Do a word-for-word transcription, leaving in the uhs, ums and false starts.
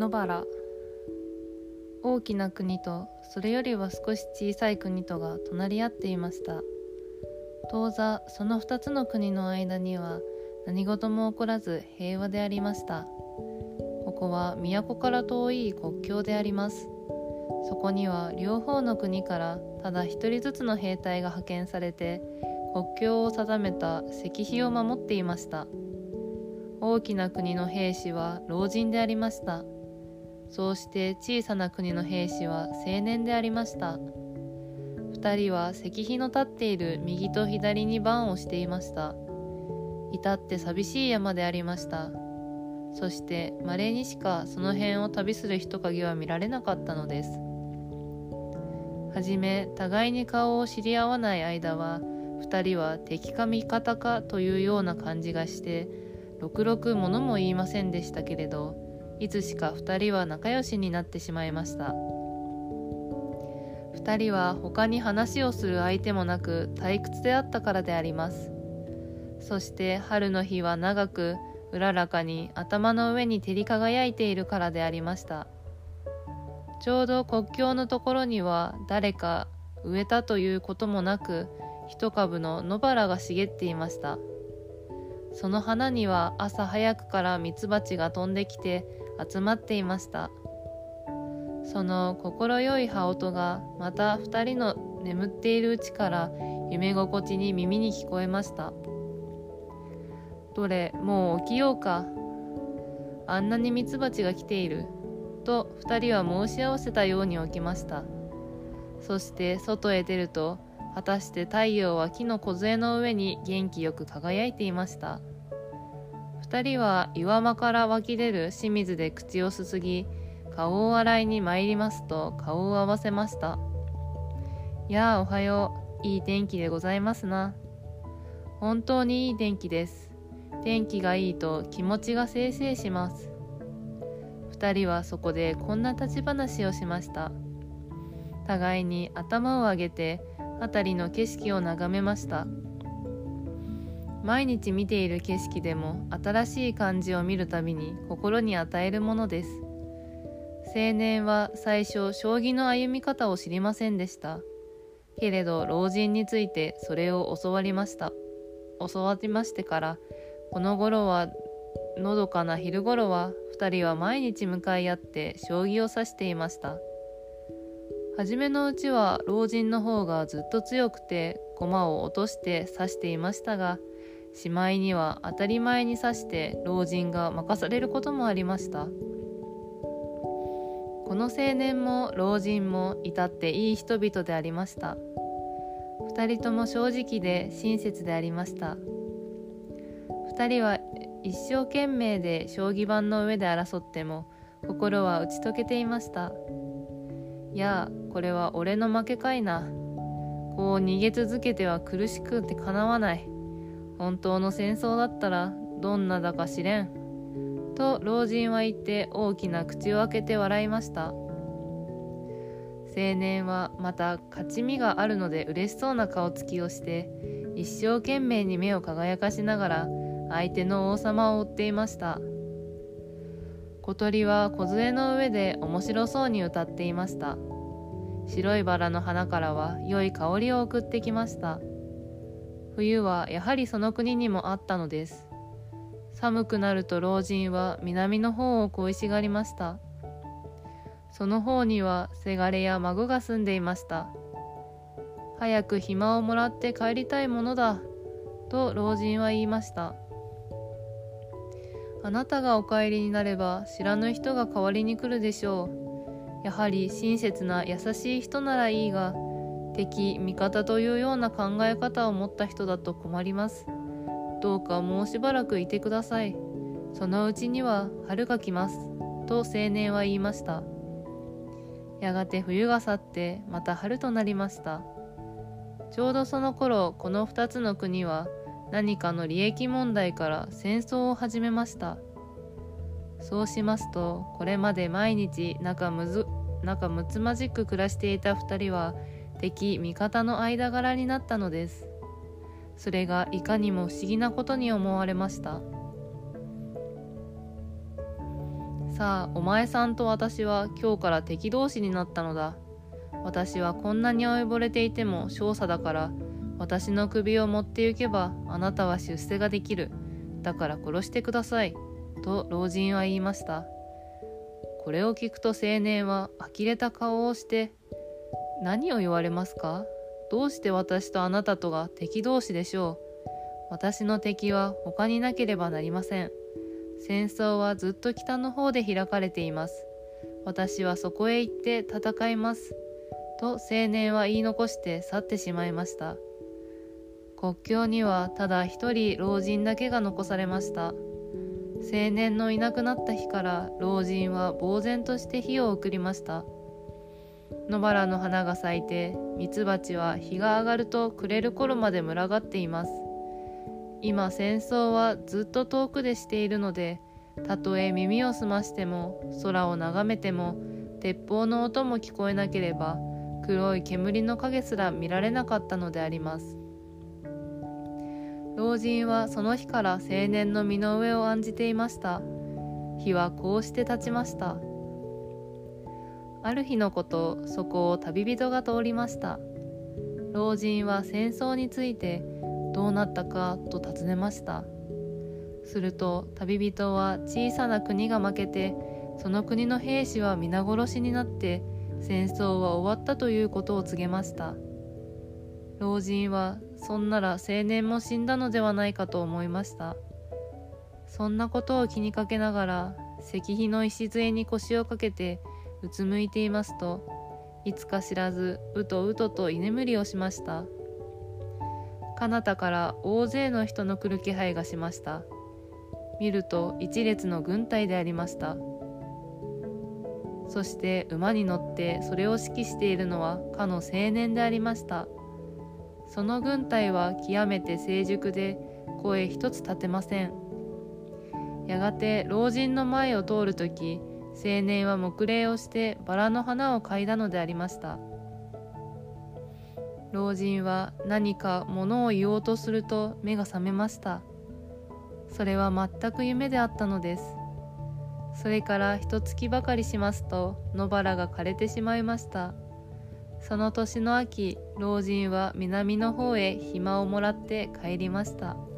野原。大きな国とそれよりは少し小さい国とが隣り合っていました。当座その二つの国の間には何事も起こらず平和でありました。ここは都から遠い国境であります。そこには両方の国からただ一人ずつの兵隊が派遣されて国境を定めた石碑を守っていました。大きな国の兵士は老人でありました。そうして小さな国の兵士は青年でありました。二人は石碑の立っている右と左に番をしていました。至って寂しい山でありました。そして稀にしかその辺を旅する人影は見られなかったのです。はじめ互いに顔を知り合わない間は二人は敵か味方かというような感じがしてろくろく物も言いませんでしたけれど、いつしか二人は仲良しになってしまいました。二人は他に話をする相手もなく退屈であったからであります。そして春の日は長くうららかに頭の上に照り輝いているからでありました。ちょうど国境のところには誰か植えたということもなく一株の野原が茂っていました。その花には朝早くからミツバチが飛んできて集まっていました。その心よい羽音がまた二人の眠っているうちから夢心地に耳に聞こえました。どれ、もう起きようか。あんなにミツバチが来ている。と二人は申し合わせたように起きました。そして外へ出ると、果たして太陽は木の梢の上に元気よく輝いていました。二人は岩間から湧き出る清水で口をすすぎ、顔を洗いに参りますと顔を合わせました。やあ、おはよう。いい天気でございますな。本当にいい天気です。天気がいいと気持ちが清々します。二人はそこでこんな立ち話をしました。互いに頭を上げて辺りの景色を眺めました。毎日見ている景色でも新しい感じを見るたびに心に与えるものです。青年は最初将棋の歩み方を知りませんでした。けれど老人についてそれを教わりました。教わりましてからこの頃はのどかな昼頃は二人は毎日向かい合って将棋を指していました。はじめのうちは老人の方がずっと強くて駒を落として指していましたが、しまいには当たり前に指して老人が任されることもありました。この青年も老人も至っていい人々でありました。二人とも正直で親切でありました。二人は一生懸命で将棋盤の上で争っても心は打ち解けていました。やあ、これは俺の負けかいな。こう逃げ続けては苦しくてかなわない。本当の戦争だったらどんなだか知れん。と老人は言って大きな口を開けて笑いました。青年はまた勝ち身があるので嬉しそうな顔つきをして一生懸命に目を輝かしながら相手の王様を追っていました。小鳥は梢の上で面白そうに歌っていました。白いバラの花からは良い香りを送ってきました。冬はやはりその国にもあったのです。寒くなると老人は南の方を恋しがりました。その方にはせがれや孫が住んでいました。早く暇をもらって帰りたいものだ、と老人は言いました。あなたがお帰りになれば知らぬ人が代わりに来るでしょう。やはり親切な優しい人ならいいが、敵味方というような考え方を持った人だと困ります。どうかもうしばらくいてください。そのうちには春が来ます。と青年は言いました。やがて冬が去ってまた春となりました。ちょうどその頃、この二つの国は何かの利益問題から戦争を始めました。そうしますと、これまで毎日仲むず仲睦まじく暮らしていた二人は敵味方の間柄になったのです。それがいかにも不思議なことに思われました。 さあ、お前さんと私は今日から敵同士になったのだ。私はこんなに老いぼれていても少佐だから、私の首を持って行けばあなたは出世ができる。だから殺してください。と老人は言いました。これを聞くと青年は呆れた顔をして、何を言われますか？どうして私とあなたとが敵同士でしょう。私の敵は他になければなりません。戦争はずっと北の方で開かれています。私はそこへ行って戦います。と青年は言い残して去ってしまいました。国境にはただ一人老人だけが残されました。青年のいなくなった日から老人は呆然として日を送りました。野原の花が咲いて、ミツバチは日が上がると暮れる頃まで群がっています。今戦争はずっと遠くでしているので、たとえ耳を澄ましても空を眺めても鉄砲の音も聞こえなければ、黒い煙の影すら見られなかったのであります。老人はその日から青年の身の上を案じていました。日はこうして経ちました。ある日のこと、そこを旅人が通りました。老人は戦争についてどうなったかと尋ねました。すると旅人は小さな国が負けて、その国の兵士は皆殺しになって戦争は終わったということを告げました。老人はそんなら青年も死んだのではないかと思いました。そんなことを気にかけながら石碑の礎に腰をかけてうつむいていますと、いつか知らずうとうとと居眠りをしました。彼方から大勢の人の来る気配がしました。見ると一列の軍隊でありました。そして馬に乗ってそれを指揮しているのはかの青年でありました。その軍隊は極めて成熟で声一つ立てません。やがて老人の前を通るとき、青年は黙礼をしてバラの花を嗅いだのでありました。老人は何か物を言おうとすると目が覚めました。それは全く夢であったのです。それから一月ばかりしますと野原が枯れてしまいました。その年の秋、老人は南の方へ暇をもらって帰りました。